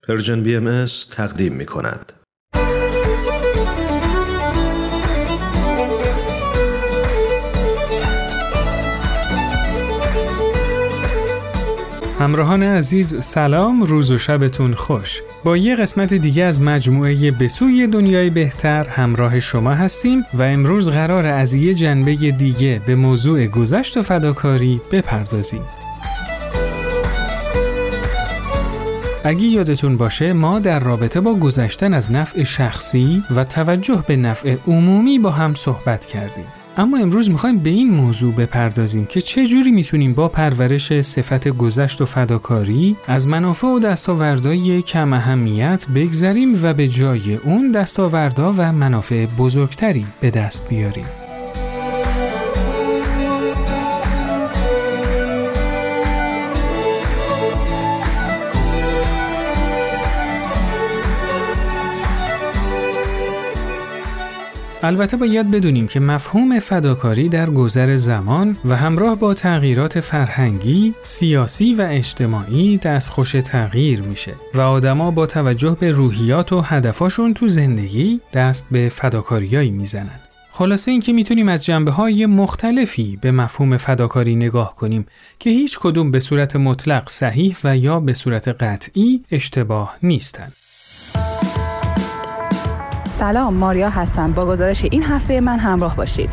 پرژن BMS تقدیم می‌کند. همراهان عزیز سلام، روز و شبتون خوش. با یه قسمت دیگه از مجموعه به سوی دنیای بهتر همراه شما هستیم و امروز قراره از یه جنبه دیگه به موضوع گذشت و فداکاری بپردازیم. اگه یادتون باشه ما در رابطه با گذشتن از نفع شخصی و توجه به نفع عمومی با هم صحبت کردیم. اما امروز میخوایم به این موضوع بپردازیم که چه جوری میتونیم با پرورش صفت گذشت و فداکاری از منافع و دستاوردهای کم اهمیت بگذریم و به جای اون دستاوردها و منافع بزرگتری به دست بیاریم. البته باید بدونیم که مفهوم فداکاری در گذر زمان و همراه با تغییرات فرهنگی، سیاسی و اجتماعی دستخوش تغییر میشه و آدما با توجه به روحیات و هدفاشون تو زندگی دست به فداکاریایی میزنن. خلاصه این که میتونیم از جنبه‌های مختلفی به مفهوم فداکاری نگاه کنیم که هیچ کدوم به صورت مطلق صحیح و یا به صورت قطعی اشتباه نیستن. سلام، ماریا هستم. با گزارش این هفته من همراه باشید.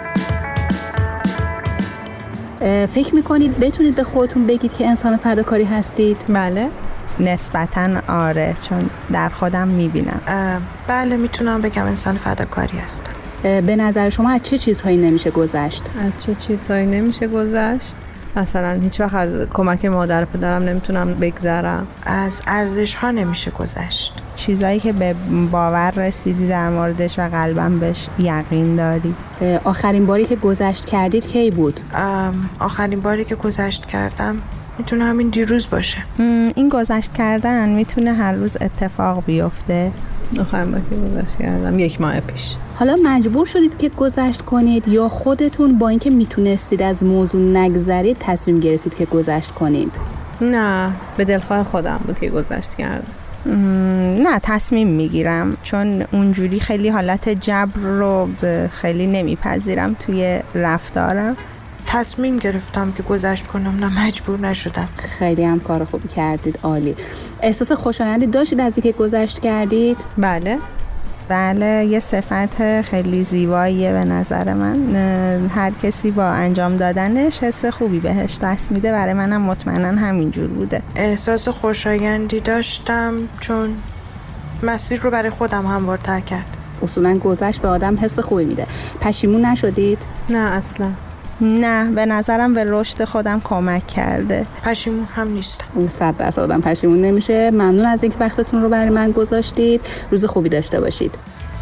فکر میکنید بتونید به خودتون بگید که انسان فداکاری هستید؟ بله، نسبتاً آره، چون در خودم میبینم. بله، میتونم بگم انسان فداکاری هستم. به نظر شما از چه چیزهایی نمیشه گذشت؟ از چه چیزهایی نمیشه گذشت؟ مثلا هیچ وقت از کمک مادر و پدرم نمیتونم بگذرم. از ارزش ها نمیشه گذشت. چیزایی که به باور رسیدی در موردش و قلبم بهش یقین داری. آخرین باری که گذشت کردید کی بود؟ آخرین باری که گذشت کردم میتونه همین دیروز باشه. این گذشت کردن میتونه هر روز اتفاق بیفته. آخرین باری که گذشت کردم 1 ماه پیش. حالا مجبور شدید که گذشت کنید یا خودتون با اینکه میتونستید از موضوع نگذرید تصمیم گرفتید که گذشت کنید؟ نه، به دلخواه خودم بود که گذشت کردم. نه، تصمیم میگیرم چون اونجوری خیلی حالت جبر رو خیلی نمیپذیرم توی رفتارم. تصمیم گرفتم که گذشت کنم، نه مجبور نشدم. خیلی هم کار خوبی کردید، عالی. احساس خوشایندی داشتید از اینکه گذشت کردید؟ بله، یه صفت خیلی زیباییه به نظر من. هر کسی با انجام دادنش حس خوبی بهش دست میده. برای منم مطمئناً همینجور بوده. احساس خوشایندی داشتم چون مسیر رو برای خودم هموارتر کرد. اصولاً گذشت به آدم حس خوبی میده. پشیمون نشدید؟ نه اصلا. نه، به نظرم به رشد خودم کمک کرده. پشیمون هم نیستم. 100% آدم پشیمون نمیشه. ممنون از اینکه وقتتون رو برای من گذاشتید. روز خوبی داشته باشید.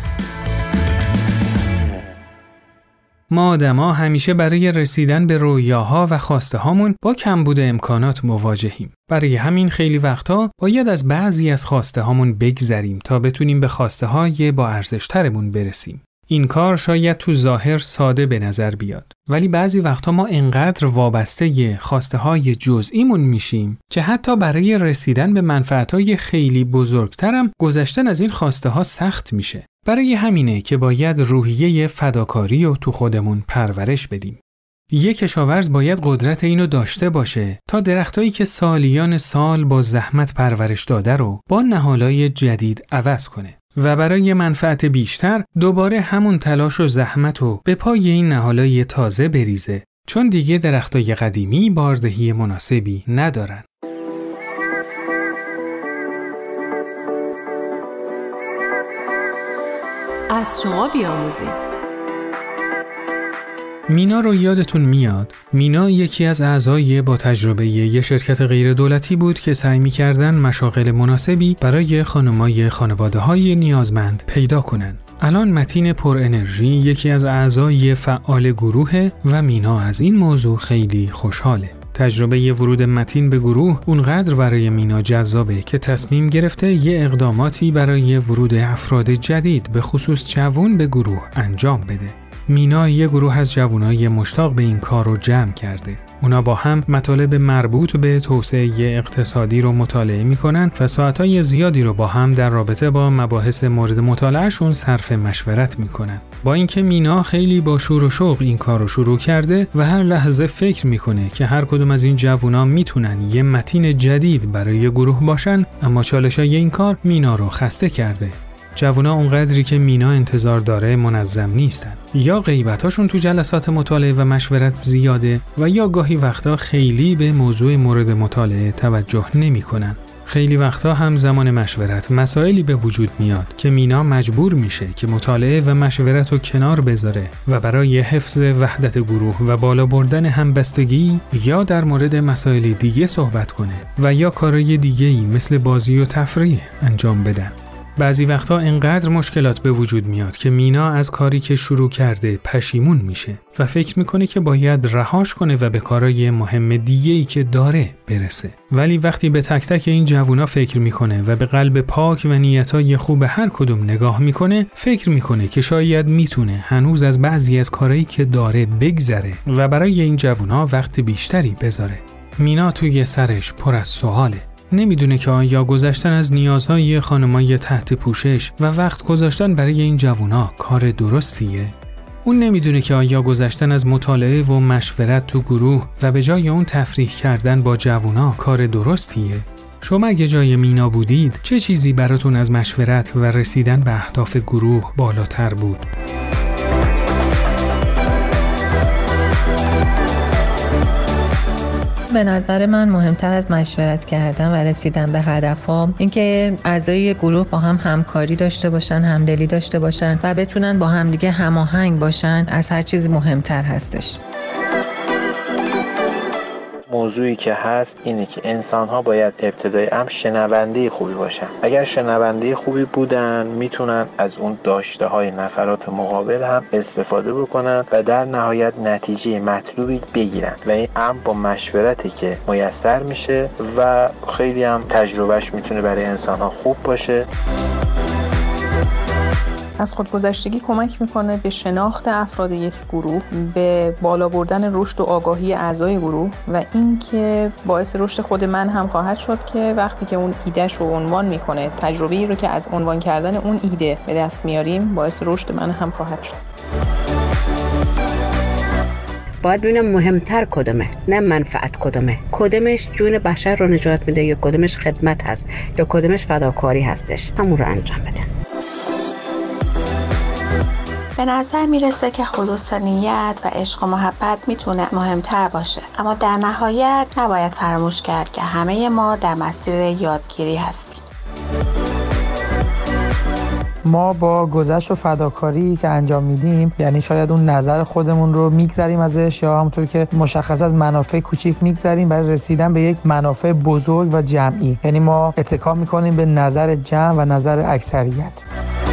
ما آدما همیشه برای رسیدن به رویاها و خواسته هامون با کمبود امکانات مواجهیم. برای همین خیلی وقتا باید از بعضی از خواسته هامون بگذریم تا بتونیم به خواسته های با ارزش ترمون برسیم. این کار شاید تو ظاهر ساده به نظر بیاد، ولی بعضی وقتا ما انقدر وابسته خواسته های جزئیمون میشیم که حتی برای رسیدن به منفعت‌های خیلی بزرگترم گذشتن از این خواسته ها سخت میشه. برای همینه که باید روحیه فداکاری رو تو خودمون پرورش بدیم. یک کشاورز باید قدرت اینو داشته باشه تا درختایی که سالیان سال با زحمت پرورش داده رو با نهالای جدید عوض کنه و برای منفعت بیشتر دوباره همون تلاش و زحمت رو به پای این نهالای تازه بریزه، چون دیگه درختای قدیمی باردهی مناسبی ندارن. از شما بیاموزیم. مینا رو یادتون میاد؟ مینا یکی از اعضای با تجربه یه شرکت غیر دولتی بود که سعی می‌کردن مشاغل مناسبی برای خانم‌های خانواده‌های نیازمند پیدا کنن. الان متین پر انرژی یکی از اعضای فعال گروه و مینا از این موضوع خیلی خوشحاله. تجربه ورود متین به گروه اونقدر برای مینا جذابه که تصمیم گرفته یه اقداماتی برای ورود افراد جدید به خصوص جوان به گروه انجام بده. مینا یه گروه از جوانای مشتاق به این کار رو جمع کرده. اونا با هم مطالب مربوط به توسعه اقتصادی رو مطالعه میکنن و ساعتهای زیادی رو با هم در رابطه با مباحث مورد مطالعهشون صرف مشورت میکنن. با اینکه مینا خیلی با شور و شوق این کار رو شروع کرده و هر لحظه فکر میکنه که هر کدوم از این جوونا میتونن یه متین جدید برای گروه باشن، اما چالشای این کار مینا رو خسته کرده. جوونا اونقدری که مینا انتظار داره منظم نیستن. یا غیبتاشون تو جلسات مطالعه و مشورت زیاده و یا گاهی وقتا خیلی به موضوع مورد مطالعه توجه نمی‌کنن. خیلی وقتا هم زمان مشورت مسائلی به وجود میاد که مینا مجبور میشه که مطالعه و مشورت رو کنار بذاره و برای حفظ وحدت گروه و بالا بردن همبستگی یا در مورد مسائل دیگه صحبت کنه و یا کارهای دیگه‌ای مثل بازی و تفریح انجام بدن. بعضی وقتا اینقدر مشکلات به وجود میاد که مینا از کاری که شروع کرده پشیمون میشه و فکر میکنه که باید رهاش کنه و به کارهای مهم دیگه‌ای که داره برسه. ولی وقتی به تک تک این جوونا فکر میکنه و به قلب پاک و نیتای خوب هر کدوم نگاه میکنه، فکر میکنه که شاید میتونه هنوز از بعضی از کارهایی که داره بگذره و برای این جوونا وقت بیشتری بذاره. مینا توی سرش پر از سواله. نمیدونه که آیا گذشتن از نیازهای خانمای تحت پوشش و وقت گذاشتن برای این جوونا کار درستیه؟ اون نمیدونه که آیا گذشتن از مطالعه و مشورت تو گروه و به جای اون تفریح کردن با جوونا کار درستیه؟ شما اگه جای مینا بودید چه چیزی براتون از مشورت و رسیدن به اهداف گروه بالاتر بود؟ به نظر من مهمتر از مشورت کردن و رسیدن به هدف‌ها اینکه اعضای گروه با هم همکاری داشته باشن، همدلی داشته باشن و بتونن با همدیگه هماهنگ باشن از هر چیزی مهمتر هستش. موضوعی که هست اینه که انسان‌ها باید ابتدای امر شنونده خوبی باشن. اگر شنونده خوبی بودن میتونن از اون داشته‌های نفرات مقابل هم استفاده بکنن و در نهایت نتیجه مطلوبی بگیرن و این امر با مشورتی که میسر میشه و خیلی هم تجربهش میتونه برای انسان‌ها خوب باشه. از خودگذشتگی کمک میکنه به شناخت افراد یک گروه، به بالا بردن رشد و آگاهی اعضای گروه و اینکه باعث رشد خود من هم خواهد شد که وقتی که اون ایدهش رو عنوان میکنه، تجربه‌ای رو که از عنوان کردن اون ایده به دست میاریم باعث رشد من هم خواهد شد. باید ببینم مهمتر کدومه، نه منفعت کدومه. کدومش جون بشر رو نجات میده یا کدومش خدمت هست یا کدومش فداکاری هستش، همون رو انجام بده. به نظر میرسه که خلوص نیت و عشق و محبت میتونه مهمتر باشه، اما در نهایت نباید فراموش کرد که همه ما در مسیر یادگیری هستیم. ما با گذشت و فداکاری که انجام میدیم، یعنی شاید اون نظر خودمون رو میگذاریم ازش یا همونطور که مشخص از منافع کوچیک میگذاریم برای رسیدن به یک منافع بزرگ و جمعی. یعنی ما اتکا میکنیم به نظر جمع و نظر اکثریت.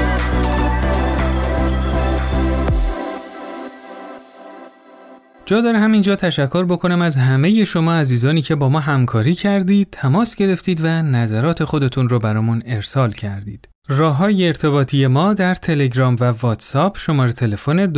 جا داره همینجا تشکر بکنم از همه شما عزیزانی که با ما همکاری کردید، تماس گرفتید و نظرات خودتون رو برامون ارسال کردید. راه‌های ارتباطی ما در تلگرام و واتساپ شماره تلفن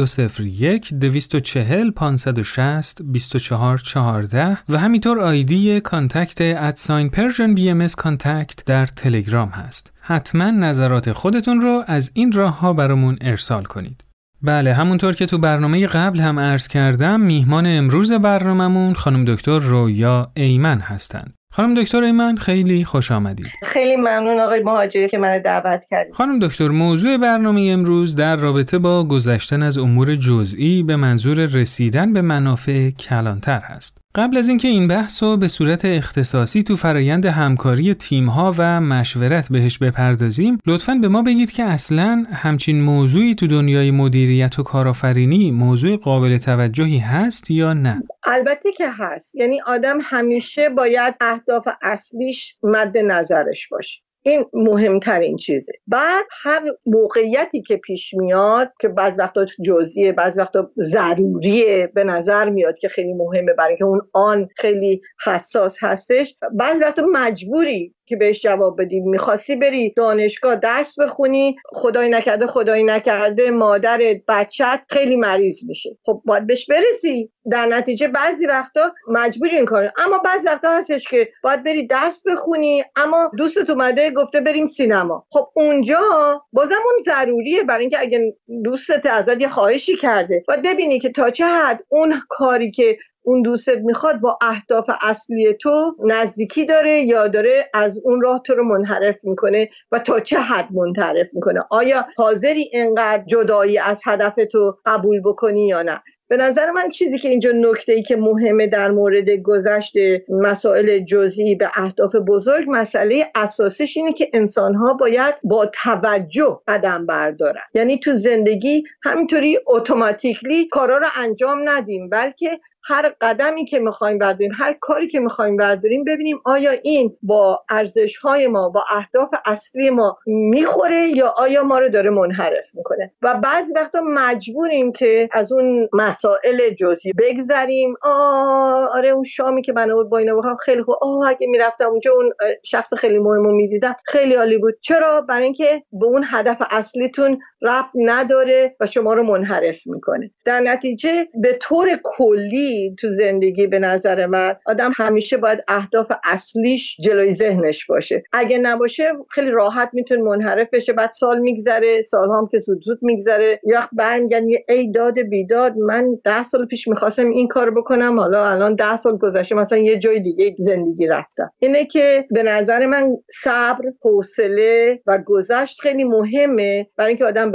201-240-560-2414 و همینطور آیدی کانتکت @PersianBMS کانتکت در تلگرام هست. حتما نظرات خودتون رو از این راه‌ها برامون ارسال کنید. بله، همونطور که تو برنامه قبل هم عرض کردم، میهمان امروز برناممون خانم دکتر رویا ایمن هستند. خانم دکتر ایمن خیلی خوش آمدید. خیلی ممنون آقای مهاجری که منو دعوت کردید. خانم دکتر، موضوع برنامه امروز در رابطه با گذشتن از امور جزئی به منظور رسیدن به منافع کلانتر هست. قبل از اینکه این بحث رو به صورت اختصاصی تو فرایند همکاری تیم‌ها و مشورت بهش بپردازیم، لطفاً به ما بگید که اصلاً همچین موضوعی تو دنیای مدیریت و کارآفرینی موضوع قابل توجهی هست یا نه؟ البته که هست. یعنی آدم همیشه باید اهداف اصلیش مد نظرش باشه. این مهمترین چیزه. بعد هر موقعیتی که پیش میاد که بعض وقتا جزئیه، بعض وقتا ضروریه، به نظر میاد که خیلی مهمه برای که اون آن خیلی حساس هستش، بعض وقتا مجبوری که بهش جواب بدی. میخواستی بری دانشگاه درس بخونی، خدای نکرده مادرت بچت خیلی مریض میشه، خب باید بهش برسی. در نتیجه بعضی وقتا مجبوری این کارو، اما بعضی وقتا هستش که باید بری درس بخونی اما دوستت اومده گفته بریم سینما. خب اونجا بازم اون ضروریه، برای اینکه اگه دوستت ازت یه خواهشی کرده باید ببینی که تا چه حد اون کاری که اون دوستت میخواد با اهداف اصلی تو نزدیکی داره یا داره از اون راه تو رو منحرف میکنه و تا چه حد منحرف میکنه. آیا حاضری اینقدر جدایی از هدف تو قبول بکنی یا نه؟ به نظر من چیزی که اینجا نکته‌ای که مهمه در مورد گذشت مسائل جزئی به اهداف بزرگ، مسئله اساسیش اینه که انسان‌ها باید با توجه قدم بردارن. یعنی تو زندگی همینطوری اتوماتیکلی کارا رو انجام ندیم، بلکه هر قدمی که میخوایم برداریم، هر کاری که میخوایم برداریم، ببینیم آیا این با ارزش‌های ما، با اهداف اصلی ما میخوره یا آیا ما رو داره منحرف میکنه. و بعضی وقتا مجبوریم که از اون مسائل جزئی بگذریم. آره اون شامی که بنا بود با اینا بخوام خیلی خوب، اگه میرفتم اونجا اون شخص خیلی مهمو میدیدم خیلی عالی بود. چرا؟ برای اینکه به اون هدف اصلیتون ربط نداره و شما رو منحرف میکنه. در نتیجه به طور کلی تو زندگی به نظر من آدم همیشه باید اهداف اصلیش جلوی ذهنش باشه. اگه نباشه خیلی راحت میتونه منحرف بشه، بعد سال میگذره، سالها هم که زود میگذره، یا برمیگردن ای داد بیداد من 10 سال پیش میخواستم این کار بکنم، حالا الان 10 سال گذشته مثلا یه جای دیگه زندگی رفتم. اینه که به نظر من صبر، حوصله و گذشت خیلی مهمه برای اینکه آدم به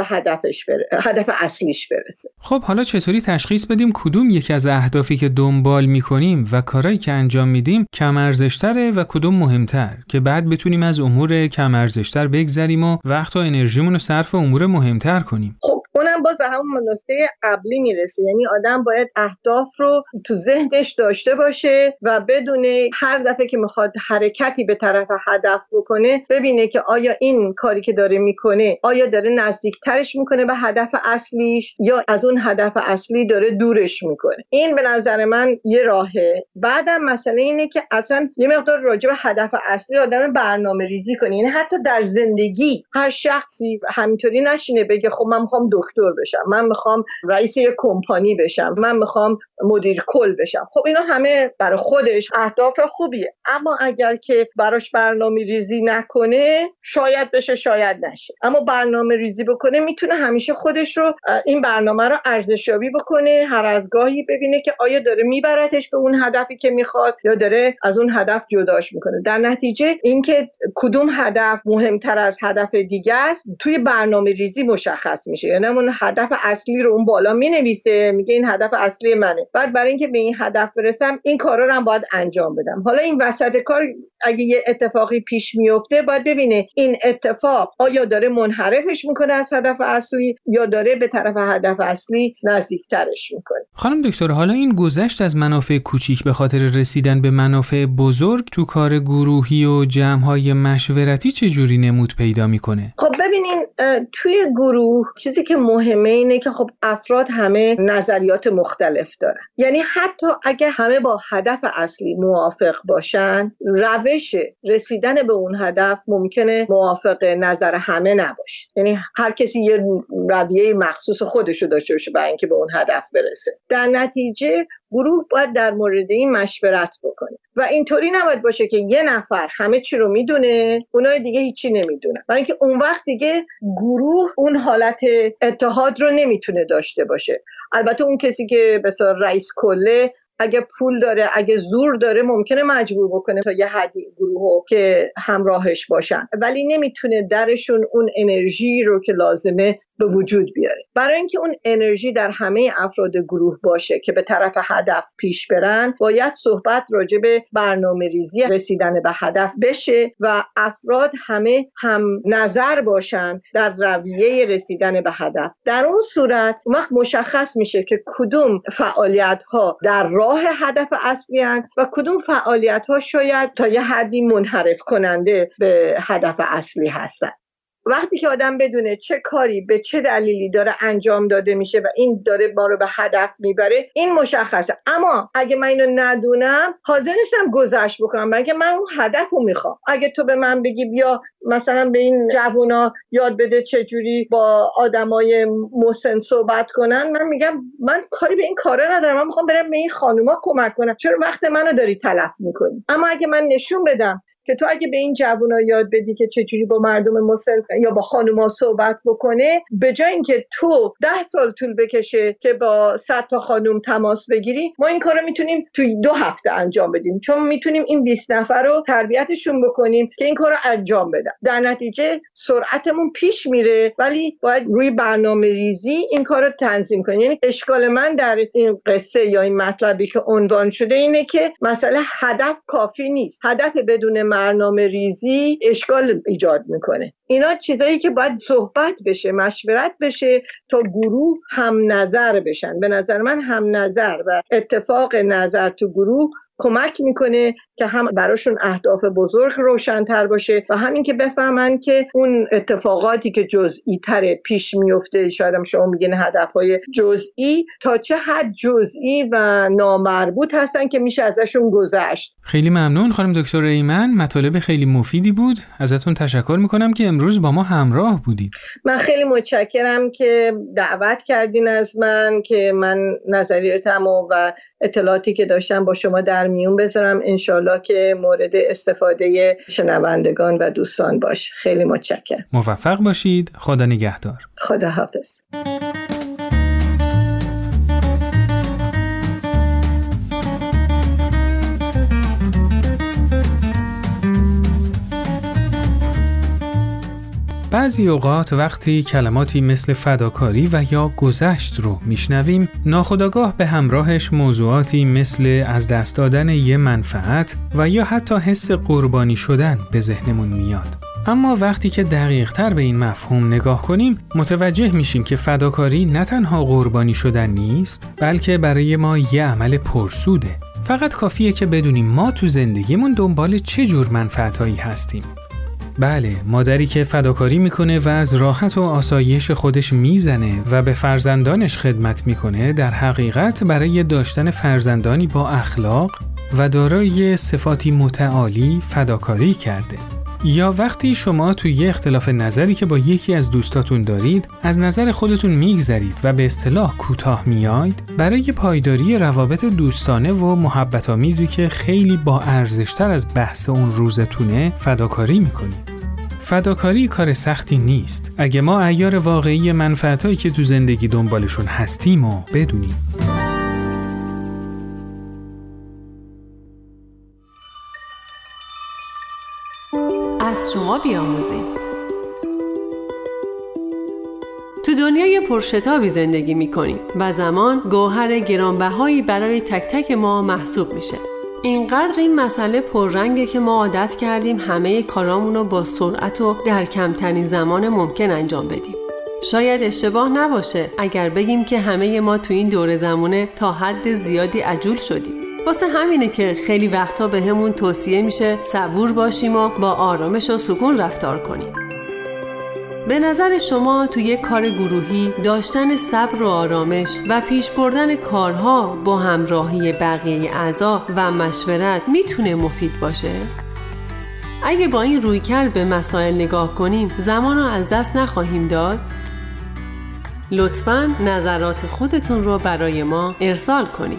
هدف اصلیش برسه. خب حالا چطوری تشخیص بدیم کدوم یکی از اهدافی که دنبال میکنیم و کارهایی که انجام میدیم کم ارزش‌تره و کدوم مهمتر، که بعد بتونیم از امور کم ارزش‌تر بگذریم و وقت و انرژیمون رو صرف امور مهمتر کنیم؟ خب اونم باز به همون نکته قبلی میرسه، یعنی آدم باید اهداف رو تو ذهنش داشته باشه و بدونه هر دفعه که میخواد حرکتی به طرف هدف بکنه ببینه که آیا این کاری که داره میکنه آیا داره نزدیکترش میکنه به هدف اصلیش یا از اون هدف اصلی داره دورش میکنه. این به نظر من یه راهه. بعدم مسئله اینه که اصلا یه مقدار راجع به هدف اصلی آدم برنامه ریزی کنه. یعنی حتی در زندگی هر شخصی همینطوری نشینه بگه خب من میخوام دکتر بشم، من میخوام رئیس یک کمپانی بشم، من میخوام مدیر کل بشم. خب اینا همه برای خودش اهداف خوبیه، اما اگر که براش برنامه ریزی نکنه شاید بشه شاید نشه. اما برنامه ریزی بکنه میتونه همیشه خودش رو این برنامه رو ارزشیابی بکنه، هر از گاهی ببینه که آیا داره میبرتش به اون هدفی که میخواد یا داره از اون هدف جداش میکنه. در نتیجه اینکه کدوم هدف مهمتر از هدف دیگه است توی برنامه ریزی مشخص میشه. یعنی اون هدف اصلی رو اون بالا مینویسه، میگه این هدف اصلی منه، بعد برای اینکه به این هدف برسم این کارا رو هم باید انجام بدم. حالا این وسط کار اگه یه اتفاقی پیش میفته باید ببینه این اتفاق آیا داره منحرفش میکنه از هدف اصلی یا داره به طرف هدف اصلی نزدیکترش میکنه. خانم دکتر، حالا این گذشت از منافع کوچیک به خاطر رسیدن به منافع بزرگ تو کار گروهی و جمع‌های مشورتی چه جوری نمود پیدا میکنه؟ خب ببینین توی گروه چیزی که مهمه اینه که خب افراد همه نظریات مختلف دارن. یعنی حتی اگه همه با هدف اصلی موافق باشن، روش رسیدن به اون هدف ممکنه موافق نظر همه نباشه. یعنی هر کسی یه رویه مخصوص خودشو داشته باشه برای اینکه به اون هدف برسه. در نتیجه گروه باید در مورد این مشورت بکنه و اینطوری نباید باشه که یه نفر همه چی رو میدونه، اونای دیگه هیچی نمیدونن، برای اینکه اون وقت دیگه گروه اون حالت اتحاد رو نمیتونه داشته باشه. البته اون کسی که مثلا رئیس کله اگه پول داره، اگه زور داره، ممکنه مجبور بکنه تا یه حدی گروهو که همراهش باشن، ولی نمیتونه درشون اون انرژی رو که لازمه به وجود بیاره. برای اینکه اون انرژی در همه افراد گروه باشه که به طرف هدف پیش برن، باید صحبت راجع به برنامه‌ریزی رسیدن به هدف بشه و افراد همه هم نظر باشن در رویه رسیدن به هدف. در اون صورت وقت مشخص میشه که کدوم فعالیت‌ها در راه هدف اصلی هستند و کدوم فعالیت‌ها شاید تا یه حدی منحرف کننده به هدف اصلی هستند. وقتی که آدم بدونه چه کاری به چه دلیلی داره انجام داده میشه و این داره ما رو به هدف میبره، این مشخصه. اما اگه من اینو ندونم حاضر نیستم گذشت بکنم، بلکه من اون هدف رو میخوام. اگه تو به من بگی بیا مثلا به این جوونا یاد بده چجوری با آدمای مسن صحبت کنن، من میگم من کاری به این کارا ندارم، من میخوام برم به این خانوما کمک کنم، چرا وقت منو داری تلف میکنی؟ اما اگه من نشون بدم که تو اگه به این جوونا یاد بدی که چجوری با مردم مسن یا با خانوما صحبت بکنه، به جای اینکه تو 10 سال طول بکشه که با 100 تا خانوم تماس بگیری، ما این کارو میتونیم توی 2 هفته انجام بدیم، چون میتونیم این 20 نفر رو تربیتشون بکنیم که این کارو انجام بدن. در نتیجه سرعتمون پیش میره، ولی باید روی برنامه‌ریزی این کارو تنظیم کنیم. یعنی اشکال من در این قصه یا این مطلبی که عنوان شده اینه که مسئله هدف کافی نیست. هدف بدون برنامه ریزی اشکال ایجاد میکنه. اینا چیزایی که باید صحبت بشه، مشورت بشه تا گروه هم نظر بشن. به نظر من هم نظر و اتفاق نظر تو گروه کمک میکنه که هم براشون اهداف بزرگ روشن‌تر باشه و همین که بفهمن که اون اتفاقاتی که جزئی تر پیش میفته، شاید هم شما میگین هدفهای جزئی، تا چه حد جزئی و نامربوط هستن که میشه ازشون گذشت. خیلی ممنون خانم دکتر ایمن، مطالب خیلی مفیدی بود. ازتون تشکر میکنم که امروز با ما همراه بودید. من خیلی متشکرم که دعوت کردین از من که من نظریاتمو و اطلاعاتی که داشتم با شما در میون بذارم. انشالله که مورد استفاده شنوندگان و دوستان باشه. خیلی متشکرم. موفق باشید. خدا نگهدار. خدا حافظ. بعضی اوقات وقتی کلماتی مثل فداکاری و یا گذشت رو میشنویم، ناخودآگاه به همراهش موضوعاتی مثل از دست دادن یه منفعت و یا حتی حس قربانی شدن به ذهنمون میاد. اما وقتی که دقیق‌تر به این مفهوم نگاه کنیم، متوجه میشیم که فداکاری نه تنها قربانی شدن نیست، بلکه برای ما یه عمل پرسوده. فقط کافیه که بدونیم ما تو زندگیمون دنبال چه جور منفعتایی هستیم. بله، مادری که فداکاری میکنه و از راحت و آسایش خودش میزنه و به فرزندانش خدمت میکنه، در حقیقت برای داشتن فرزندانی با اخلاق و دارای صفاتی متعالی فداکاری کرده. یا وقتی شما توی یه اختلاف نظری که با یکی از دوستاتون دارید، از نظر خودتون میگذرید و به اصطلاح کوتاه میاید، برای پایداری روابط دوستانه و محبت‌آمیزی که خیلی با ارزش‌تر از بحث اون روزتونه فداکاری میکنید. فداکاری کار سختی نیست اگه ما عیار واقعی منفعتایی که تو زندگی دنبالشون هستیم و بدونیم. از شما بیاموزیم. تو دنیای پرشتابی زندگی می‌کنیم و زمان گوهر گرانبهایی برای تک تک ما محسوب میشه. اینقدر این مسئله پررنگه که ما عادت کردیم همه کارامونو با سرعت و در کمترین زمان ممکن انجام بدیم. شاید اشتباه نباشه اگر بگیم که همه ما تو این دوره زمانه تا حد زیادی عجول شدیم. واسه همینه که خیلی وقتا به همون توصیه میشه صبور باشیم و با آرامش و سکون رفتار کنیم. به نظر شما توی کار گروهی داشتن صبر و آرامش و پیش بردن کارها با همراهی بقیه اعضا و مشورت میتونه مفید باشه؟ اگه با این رویکرد به مسائل نگاه کنیم، زمان رو از دست نخواهیم داد؟ لطفاً نظرات خودتون رو برای ما ارسال کنید.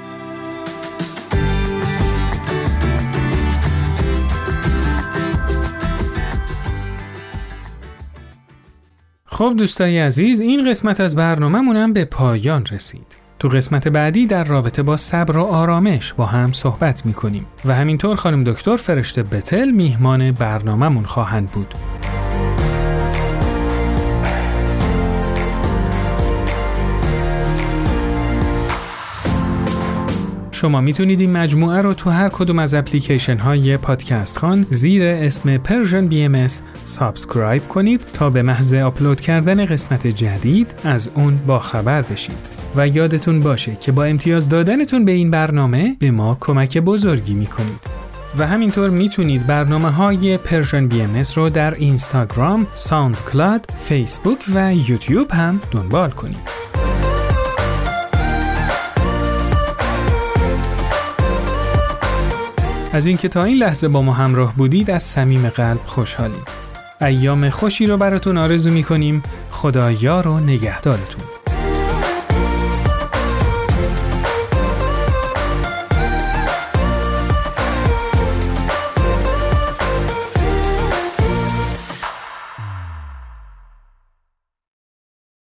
خب دوستای عزیز، این قسمت از برنامه‌مون هم به پایان رسید. تو قسمت بعدی در رابطه با صبر و آرامش با هم صحبت می‌کنیم و همینطور خانم دکتر فرشته بتل میهمان برنامه‌مون خواهند بود. شما میتونید این مجموعه رو تو هر کدوم از اپلیکیشن های پادکست خان زیر اسم پرژن BMS سابسکرایب کنید تا به محض آپلود کردن قسمت جدید از اون با خبر بشید. و یادتون باشه که با امتیاز دادنتون به این برنامه به ما کمک بزرگی میکنید. و همینطور میتونید برنامه‌های پرژن BMS رو در اینستاگرام، ساوند کلاد، فیسبوک و یوتیوب هم دنبال کنید. از اینکه تا این لحظه با ما همراه بودید از صمیم قلب خوشحالیم. ایام خوشی رو براتون آرزو می‌کنیم. خدا یار و نگهدارتون.